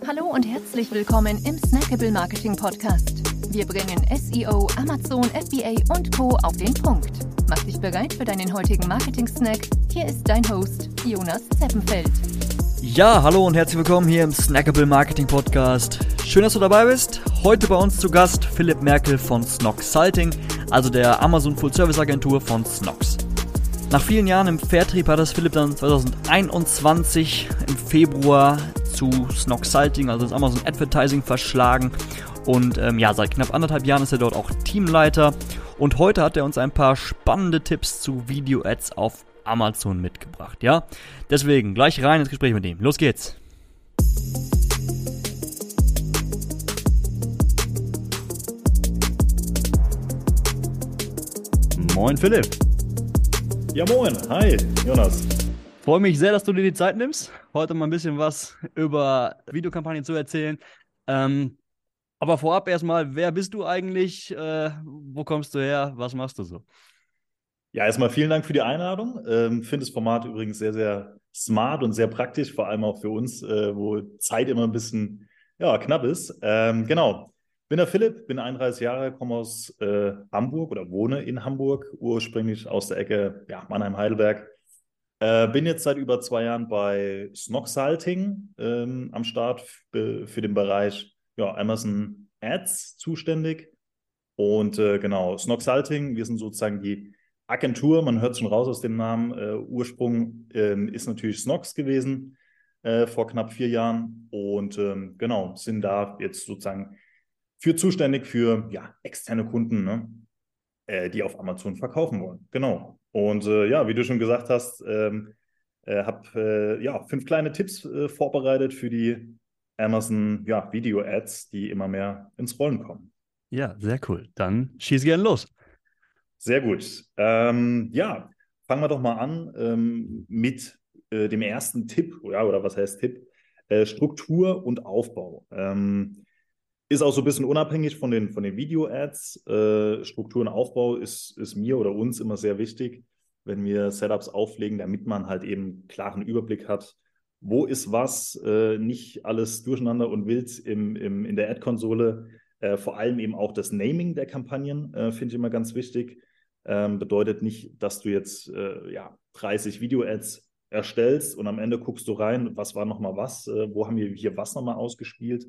Hallo und herzlich willkommen im Snackable Marketing Podcast. Wir bringen SEO, Amazon, FBA und Co. auf den Punkt. Mach dich bereit für deinen heutigen Marketing-Snack. Hier ist dein Host, Jonas Zeppenfeld. Ja, hallo und herzlich willkommen hier im Snackable Marketing Podcast. Schön, dass du dabei bist. Heute bei uns zu Gast Philipp Merkel von Snoxalting, also der Amazon Full Service Agentur von Snox. Nach vielen Jahren im Vertrieb hat das Philipp dann 2021 im Februar zu Snoxalting, also das Amazon Advertising, verschlagen. Und seit knapp 1,5 Jahren ist er dort auch Teamleiter. Und heute hat er uns ein paar spannende Tipps zu Video-Ads auf Amazon mitgebracht. Ja, deswegen gleich rein ins Gespräch mit ihm. Los geht's! Moin Philipp! Ja moin, hi Jonas. Freue mich sehr, dass du dir die Zeit nimmst, heute mal ein bisschen was über Videokampagnen zu erzählen. Aber vorab erstmal, wer bist du eigentlich? Wo kommst du her? Was machst du so? Ja, erstmal vielen Dank für die Einladung. Finde das Format übrigens sehr, sehr smart und sehr praktisch, vor allem auch für uns, wo Zeit immer ein bisschen knapp ist. Genau, bin der Philipp, bin 31 Jahre, komme aus Hamburg oder wohne in Hamburg, ursprünglich aus der Ecke Mannheim-Heidelberg. Bin jetzt seit über 2 Jahren bei Snoxalting am Start für den Bereich Amazon Ads zuständig. Und genau, Snoxalting, wir sind sozusagen die Agentur, man hört es schon raus aus dem Namen, Ursprung ist natürlich Snox gewesen vor knapp 4 Jahren und genau, sind da jetzt sozusagen zuständig für externe Kunden, ne, die auf Amazon verkaufen wollen. Genau. Und wie du schon gesagt hast, habe 5 kleine Tipps vorbereitet für die Amazon Video-Ads, die immer mehr ins Rollen kommen. Ja, sehr cool. Dann schieß gerne los. Sehr gut. Fangen wir doch mal an mit dem ersten Tipp, oder was heißt Tipp? Struktur und Aufbau. Ist auch so ein bisschen unabhängig von den Video-Ads. Struktur und Aufbau ist mir oder uns immer sehr wichtig, wenn wir Setups auflegen, damit man halt eben einen klaren Überblick hat, wo ist was, nicht alles durcheinander und wild in der Ad-Konsole. Vor allem eben auch das Naming der Kampagnen finde ich immer ganz wichtig. Bedeutet nicht, dass du jetzt 30 Video-Ads erstellst und am Ende guckst du rein, was war nochmal was, wo haben wir hier was nochmal ausgespielt.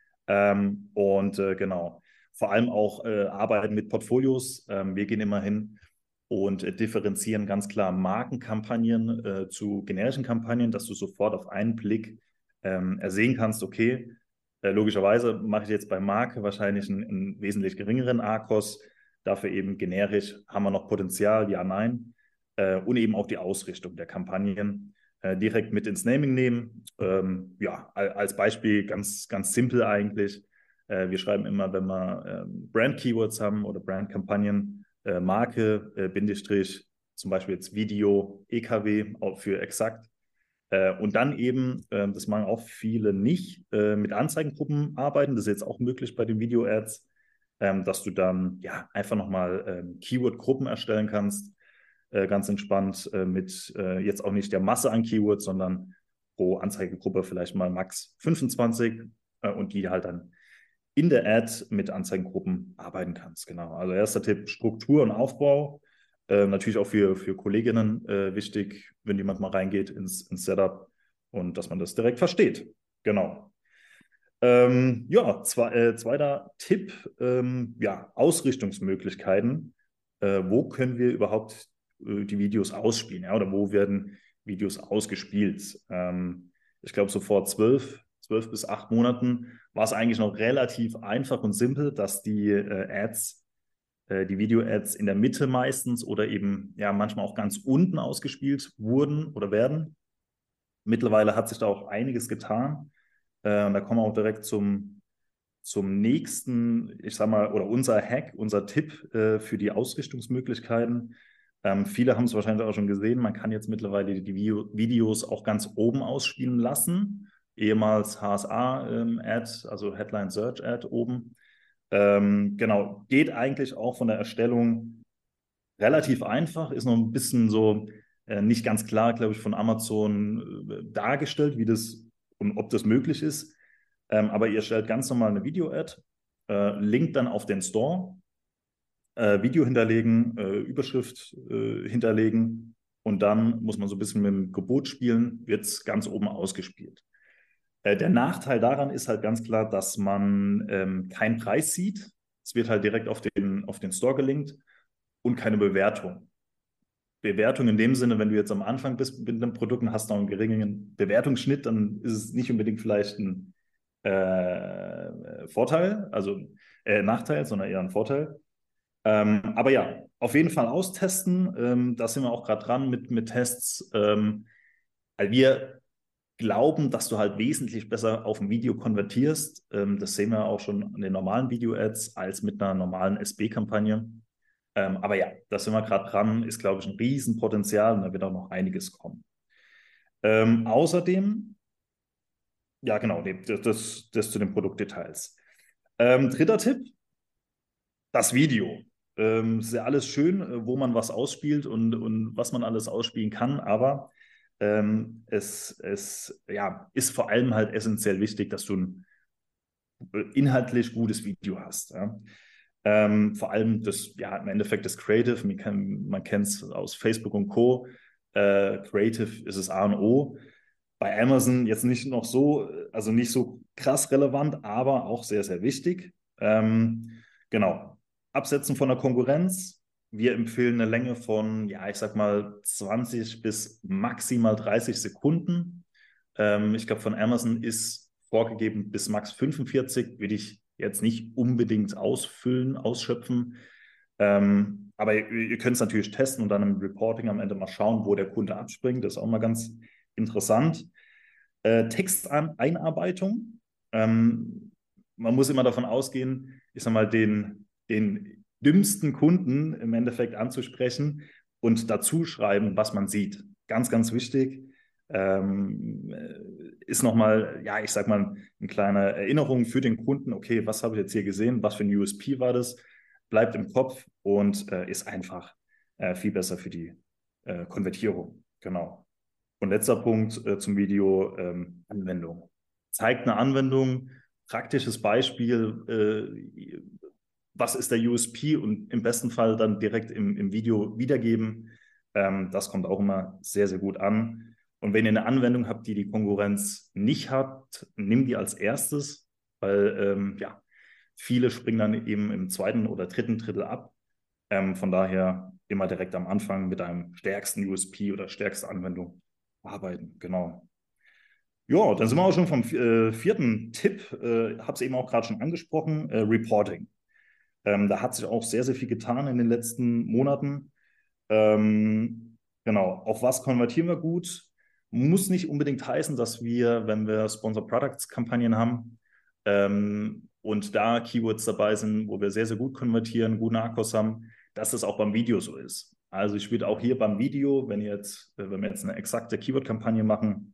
Genau, vor allem auch arbeiten mit Portfolios. Wir gehen immer hin und differenzieren ganz klar Markenkampagnen zu generischen Kampagnen, dass du sofort auf einen Blick ersehen kannst, okay, logischerweise mache ich jetzt bei Marke wahrscheinlich einen wesentlich geringeren ARKOS, dafür eben generisch haben wir noch Potenzial, ja, nein, und eben auch die Ausrichtung der Kampagnen direkt mit ins Naming nehmen. Als Beispiel ganz, ganz simpel eigentlich. Wir schreiben immer, wenn wir Brand-Keywords haben oder Brand-Kampagnen, Marke, Bindestrich, zum Beispiel jetzt Video, EKW auch für exakt. Und dann eben, das machen auch viele nicht, mit Anzeigengruppen arbeiten. Das ist jetzt auch möglich bei den Video-Ads, dass du dann einfach nochmal Keyword-Gruppen erstellen kannst. Ganz entspannt mit jetzt auch nicht der Masse an Keywords, sondern pro Anzeigengruppe vielleicht mal max 25 und die halt dann in der Ad mit Anzeigengruppen arbeiten kannst. Genau. Also erster Tipp, Struktur und Aufbau. Natürlich auch für Kolleginnen wichtig, wenn jemand mal reingeht ins Setup und dass man das direkt versteht. Genau. Zweiter Tipp, Ausrichtungsmöglichkeiten. Wo können wir überhaupt die Videos ausspielen, oder wo werden Videos ausgespielt? Ich glaube, so vor 12 bis 8 Monaten war es eigentlich noch relativ einfach und simpel, dass die die Video-Ads in der Mitte meistens oder eben manchmal auch ganz unten ausgespielt wurden oder werden. Mittlerweile hat sich da auch einiges getan. Und da kommen wir auch direkt zum nächsten, ich sag mal, oder unser Hack, unser Tipp für die Ausrichtungsmöglichkeiten. Viele haben es wahrscheinlich auch schon gesehen, man kann jetzt mittlerweile die Videos auch ganz oben ausspielen lassen. Ehemals HSA-Ad, also Headline Search Ad oben. Genau, geht eigentlich auch von der Erstellung relativ einfach, ist noch ein bisschen so nicht ganz klar, glaube ich, von Amazon dargestellt, wie das und ob das möglich ist. Aber ihr stellt ganz normal eine Video-Ad, linkt dann auf den Store, Video hinterlegen, Überschrift hinterlegen und dann muss man so ein bisschen mit dem Gebot spielen, wird es ganz oben ausgespielt. Der Nachteil daran ist halt ganz klar, dass man keinen Preis sieht. Es wird halt direkt auf den Store gelinkt und keine Bewertung. Bewertung in dem Sinne, wenn du jetzt am Anfang bist mit einem Produkt und hast noch einen geringen Bewertungsschnitt, dann ist es nicht unbedingt vielleicht ein Vorteil, also Nachteil, sondern eher ein Vorteil. Aber ja, auf jeden Fall austesten. Da sind wir auch gerade dran mit Tests. Weil wir glauben, dass du halt wesentlich besser auf ein Video konvertierst. Das sehen wir auch schon an den normalen Video-Ads als mit einer normalen SB-Kampagne. Aber ja, da sind wir gerade dran, ist, glaube ich, ein Riesenpotenzial und da wird auch noch einiges kommen. Außerdem, ja genau, das zu den Produktdetails. Dritter Tipp, das Video. Ist ja alles schön, wo man was ausspielt und was man alles ausspielen kann, aber es ja, ist vor allem halt essentiell wichtig, dass du ein inhaltlich gutes Video hast. Ja? Vor allem im Endeffekt das Creative, man kennt es aus Facebook und Co. Creative ist es A und O. Bei Amazon jetzt nicht noch so, also nicht so krass relevant, aber auch sehr, sehr wichtig. Genau. Absetzen von der Konkurrenz. Wir empfehlen eine Länge von, ja, ich sag mal 20 bis maximal 30 Sekunden. Ich glaube, von Amazon ist vorgegeben bis max 45, würde ich jetzt nicht unbedingt ausschöpfen. Aber ihr könnt es natürlich testen und dann im Reporting am Ende mal schauen, wo der Kunde abspringt. Das ist auch mal ganz interessant. Texteinarbeitung. Man muss immer davon ausgehen, ich sag mal, den dümmsten Kunden im Endeffekt anzusprechen und dazu schreiben, was man sieht. Ganz, ganz wichtig. Ist nochmal, ja, ich sag mal, eine kleine Erinnerung für den Kunden. Okay, was habe ich jetzt hier gesehen? Was für ein USP war das? Bleibt im Kopf und ist einfach viel besser für die Konvertierung. Genau. Und letzter Punkt zum Video, Anwendung. Zeigt eine Anwendung, praktisches Beispiel, was ist der USP und im besten Fall dann direkt im Video wiedergeben. Das kommt auch immer sehr, sehr gut an. Und wenn ihr eine Anwendung habt, die Konkurrenz nicht hat, nimm die als erstes, weil ja, viele springen dann eben im zweiten oder dritten Drittel ab. Von daher immer direkt am Anfang mit einem stärksten USP oder stärkste Anwendung arbeiten. Genau. Ja, dann sind wir auch schon vom vierten Tipp. Habe es eben auch gerade schon angesprochen, Reporting. Da hat sich auch sehr, sehr viel getan in den letzten Monaten. Genau, auf was konvertieren wir gut? Muss nicht unbedingt heißen, dass wir, wenn wir Sponsor Products Kampagnen haben und da Keywords dabei sind, wo wir sehr, sehr gut konvertieren, guten Akkus haben, dass das auch beim Video so ist. Also ich würde auch hier beim Video, wenn wir jetzt eine exakte Keyword-Kampagne machen,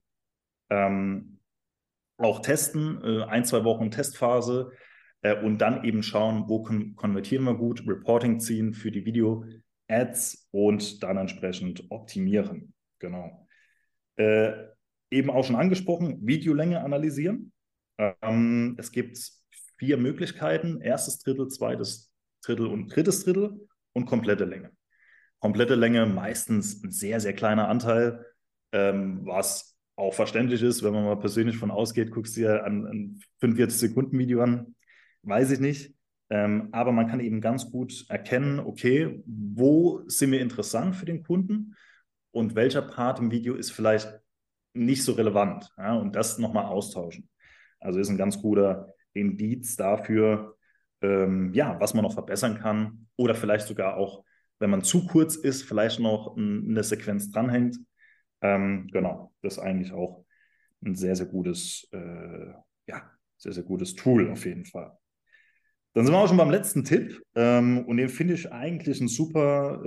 auch testen, 1-2 Wochen Testphase und dann eben schauen, wo konvertieren wir gut, Reporting ziehen für die Video-Ads und dann entsprechend optimieren. Genau. Eben auch schon angesprochen, Videolänge analysieren. Es gibt 4 Möglichkeiten, erstes Drittel, zweites Drittel und drittes Drittel und komplette Länge. Komplette Länge meistens ein sehr, sehr kleiner Anteil, was auch verständlich ist, wenn man mal persönlich von ausgeht, guckst du dir ein 45-Sekunden-Video an, weiß ich nicht. Aber man kann eben ganz gut erkennen, okay, wo sind wir interessant für den Kunden und welcher Part im Video ist vielleicht nicht so relevant, ja, und das nochmal austauschen. Also ist ein ganz guter Indiz dafür, ja, was man noch verbessern kann oder vielleicht sogar auch, wenn man zu kurz ist, vielleicht noch eine Sequenz dranhängt. Genau, das ist eigentlich auch ein sehr, sehr gutes, sehr, sehr gutes Tool auf jeden Fall. Dann sind wir auch schon beim letzten Tipp und den finde ich eigentlich ein super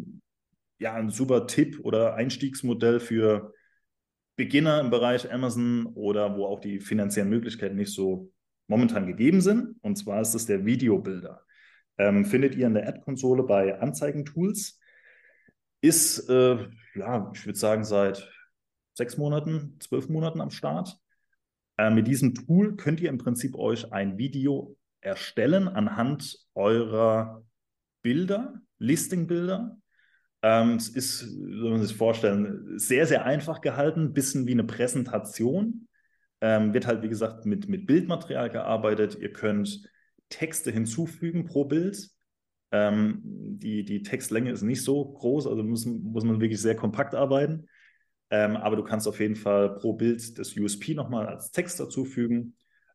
Tipp oder Einstiegsmodell für Beginner im Bereich Amazon oder wo auch die finanziellen Möglichkeiten nicht so momentan gegeben sind. Und zwar ist es der Videobuilder. Findet ihr in der Ad-Konsole bei Anzeigentools. Ist, ich würde sagen, seit 6 Monaten, 12 Monaten am Start. Mit diesem Tool könnt ihr im Prinzip euch ein Video erstellen anhand eurer Bilder, Listingbilder. Es ist, soll man sich vorstellen, sehr, sehr einfach gehalten, ein bisschen wie eine Präsentation. Wird halt, wie gesagt, mit Bildmaterial gearbeitet. Ihr könnt Texte hinzufügen pro Bild. Die Textlänge ist nicht so groß, also muss man wirklich sehr kompakt arbeiten. Aber du kannst auf jeden Fall pro Bild das USP nochmal als Text dazufügen.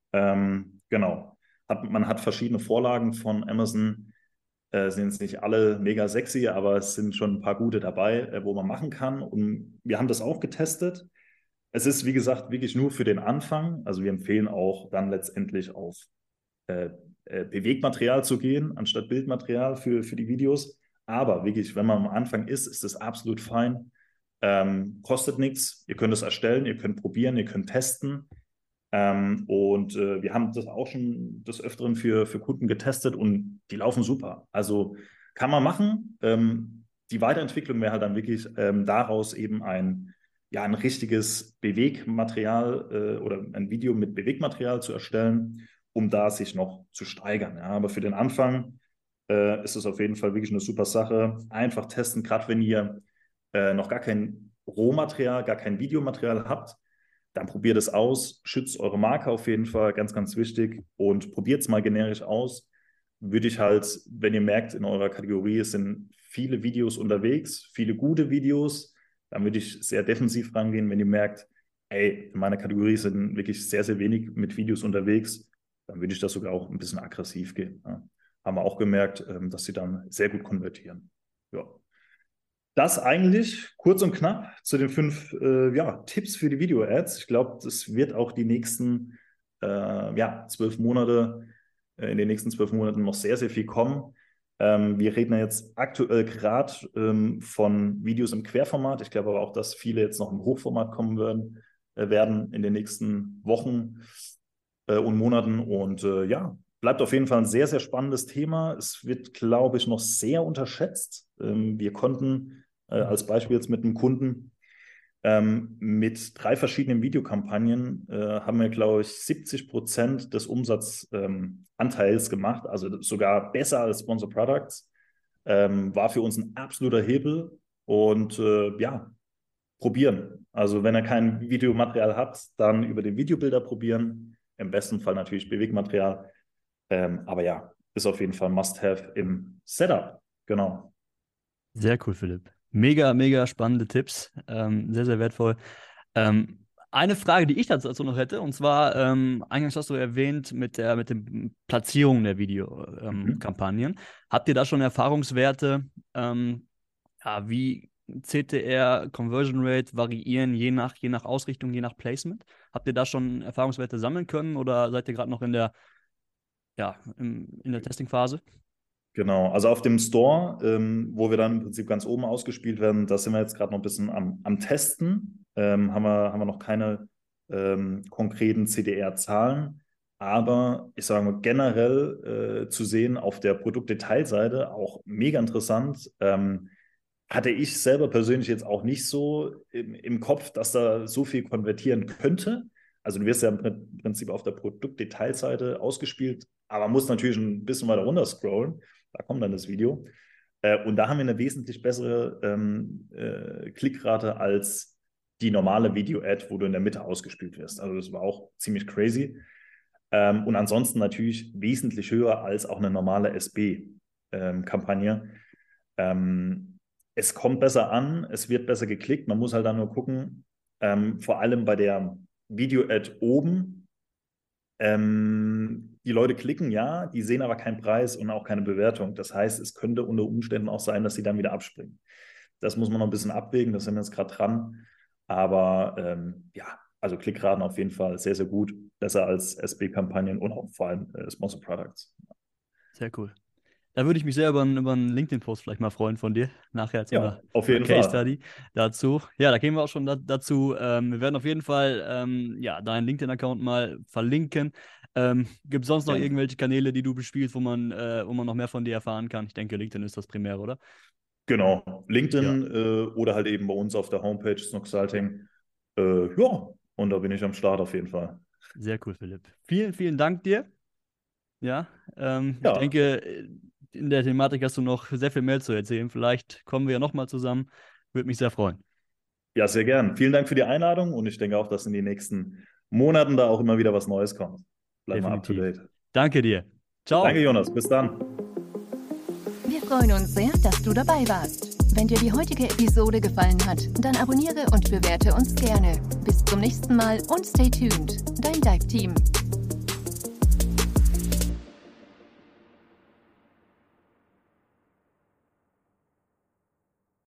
Genau. Man hat verschiedene Vorlagen von Amazon. Sind jetzt nicht alle mega sexy, aber es sind schon ein paar gute dabei, wo man machen kann. Und wir haben das auch getestet. Es ist, wie gesagt, wirklich nur für den Anfang. Also wir empfehlen auch dann letztendlich auf Bewegmaterial zu gehen, anstatt Bildmaterial für die Videos. Aber wirklich, wenn man am Anfang ist das absolut fein. Kostet nichts. Ihr könnt es erstellen, ihr könnt probieren, ihr könnt testen. Wir haben das auch schon des Öfteren für Kunden getestet und die laufen super. Also kann man machen. Die Weiterentwicklung wäre halt dann wirklich daraus eben ein richtiges Bewegmaterial oder ein Video mit Bewegmaterial zu erstellen, um da sich noch zu steigern. Ja. Aber für den Anfang ist es auf jeden Fall wirklich eine super Sache. Einfach testen, gerade wenn ihr noch gar kein Rohmaterial, gar kein Videomaterial habt, dann probiert es aus, schützt eure Marke auf jeden Fall, ganz, ganz wichtig, und probiert es mal generisch aus. Würde ich halt, wenn ihr merkt, in eurer Kategorie sind viele Videos unterwegs, viele gute Videos, dann würde ich sehr defensiv rangehen. Wenn ihr merkt, ey, in meiner Kategorie sind wirklich sehr, sehr wenig mit Videos unterwegs, dann würde ich das sogar auch ein bisschen aggressiv gehen. Ja. Haben wir auch gemerkt, dass sie dann sehr gut konvertieren. Ja. Das eigentlich kurz und knapp zu den 5 Tipps für die Video-Ads. Ich glaube, das wird auch die nächsten 12 Monate, in den nächsten 12 Monaten noch sehr, sehr viel kommen. Wir reden ja jetzt aktuell gerade von Videos im Querformat. Ich glaube aber auch, dass viele jetzt noch im Hochformat kommen werden in den nächsten Wochen und Monaten. Und bleibt auf jeden Fall ein sehr, sehr spannendes Thema. Es wird, glaube ich, noch sehr unterschätzt. Wir konnten als Beispiel jetzt mit einem Kunden mit 3 verschiedenen Videokampagnen haben wir, glaube ich, 70% des Umsatzanteils gemacht, also sogar besser als Sponsor Products. War für uns ein absoluter Hebel und probieren. Also wenn ihr kein Videomaterial habt, dann über den Videobilder probieren. Im besten Fall natürlich Bewegmaterial. Aber ja, ist auf jeden Fall Must-Have im Setup. Genau. Sehr cool, Philipp. Mega, mega spannende Tipps. Sehr, sehr wertvoll. Eine Frage, die ich dazu noch hätte, und zwar, eingangs hast du erwähnt, mit der Platzierung der Videokampagnen. Habt ihr da schon Erfahrungswerte, wie CTR, Conversion Rate variieren, je nach Ausrichtung, je nach Placement? Habt ihr da schon Erfahrungswerte sammeln können oder seid ihr gerade noch in der Testing-Phase? Genau, also auf dem Store, wo wir dann im Prinzip ganz oben ausgespielt werden, da sind wir jetzt gerade noch ein bisschen am Testen. Haben wir noch keine konkreten CDR-Zahlen, aber ich sage mal generell zu sehen auf der Produktdetailseite auch mega interessant. Hatte ich selber persönlich jetzt auch nicht so im Kopf, dass da so viel konvertieren könnte. Also du wirst ja im Prinzip auf der Produktdetailseite ausgespielt, aber musst natürlich ein bisschen weiter runter scrollen. Da kommt dann das Video. Und da haben wir eine wesentlich bessere Klickrate als die normale Video-Ad, wo du in der Mitte ausgespielt wirst. Also das war auch ziemlich crazy. Und ansonsten natürlich wesentlich höher als auch eine normale SB-Kampagne. Es kommt besser an, es wird besser geklickt. Man muss halt dann nur gucken, vor allem bei der Video-Ad oben, die Leute klicken, ja, die sehen aber keinen Preis und auch keine Bewertung. Das heißt, es könnte unter Umständen auch sein, dass sie dann wieder abspringen. Das muss man noch ein bisschen abwägen, da sind wir jetzt gerade dran. Aber also Klickraten auf jeden Fall sehr, sehr gut. Besser als SB-Kampagnen und auch vor allem Sponsor Products. Sehr cool. Da würde ich mich sehr über einen LinkedIn-Post vielleicht mal freuen von dir, nachher zu einer auf jeden Case Fall. Study dazu. Ja, da gehen wir auch schon dazu. Wir werden auf jeden Fall deinen LinkedIn-Account mal verlinken. Gibt es sonst noch irgendwelche Kanäle, die du bespielst, wo man noch mehr von dir erfahren kann? Ich denke, LinkedIn ist das primär, oder? Genau, LinkedIn oder halt eben bei uns auf der Homepage Snox Consulting. Und da bin ich am Start auf jeden Fall. Sehr cool, Philipp. Vielen, vielen Dank dir. Ja, ich denke, in der Thematik hast du noch sehr viel mehr zu erzählen. Vielleicht kommen wir ja nochmal zusammen. Würde mich sehr freuen. Ja, sehr gern. Vielen Dank für die Einladung und ich denke auch, dass in den nächsten Monaten da auch immer wieder was Neues kommt. Bleib mal up to date. Danke dir. Ciao. Danke, Jonas. Bis dann. Wir freuen uns sehr, dass du dabei warst. Wenn dir die heutige Episode gefallen hat, dann abonniere und bewerte uns gerne. Bis zum nächsten Mal und stay tuned. Dein Dive Team.